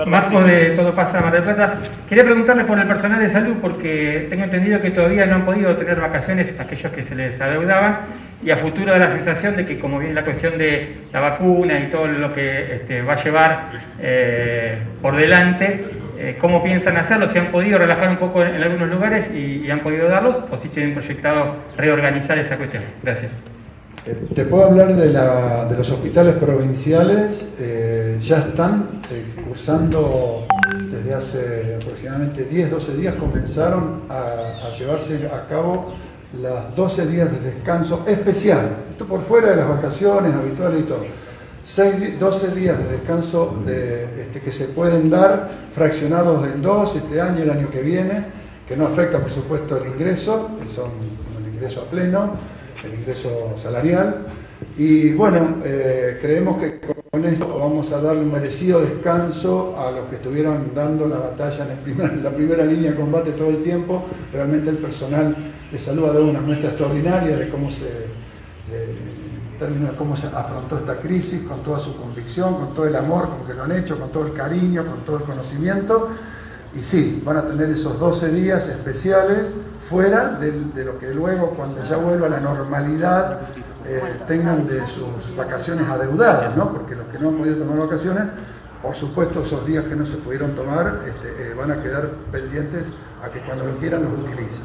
Marcos de Todo Pasa Mar del Plata. Quería preguntarle por el personal de salud porque tengo entendido que todavía no han podido tener vacaciones aquellos que se les adeudaban y a futuro da la sensación de que como viene la cuestión de la vacuna y todo lo que va a llevar por delante, ¿cómo piensan hacerlo? ¿Si han podido relajar un poco en algunos lugares y han podido darlos o si tienen proyectado reorganizar esa cuestión? Gracias. Te puedo hablar de los hospitales provinciales. Ya están cursando desde hace aproximadamente 10-12 días, comenzaron a llevarse a cabo las 12 días de descanso especial. Esto por fuera de las vacaciones habituales y todo. 12 días de descanso que se pueden dar fraccionados en dos, este año y el año que viene, que no afecta por supuesto el ingreso, que son el ingreso a pleno, el ingreso salarial. Y bueno, creemos que con esto vamos a darle un merecido descanso a los que estuvieron dando la batalla en la primera línea de combate todo el tiempo. Realmente el personal de salud ha dado una muestra extraordinaria de cómo cómo se afrontó esta crisis, con toda su convicción, con todo el amor con que lo han hecho, con todo el cariño, con todo el conocimiento. Y sí, van a tener esos 12 días especiales fuera de lo que luego, cuando ya vuelva a la normalidad, tengan de sus vacaciones adeudadas, ¿no? Porque los que no han podido tomar vacaciones, por supuesto esos días que no se pudieron tomar van a quedar pendientes a que cuando lo quieran los utilicen.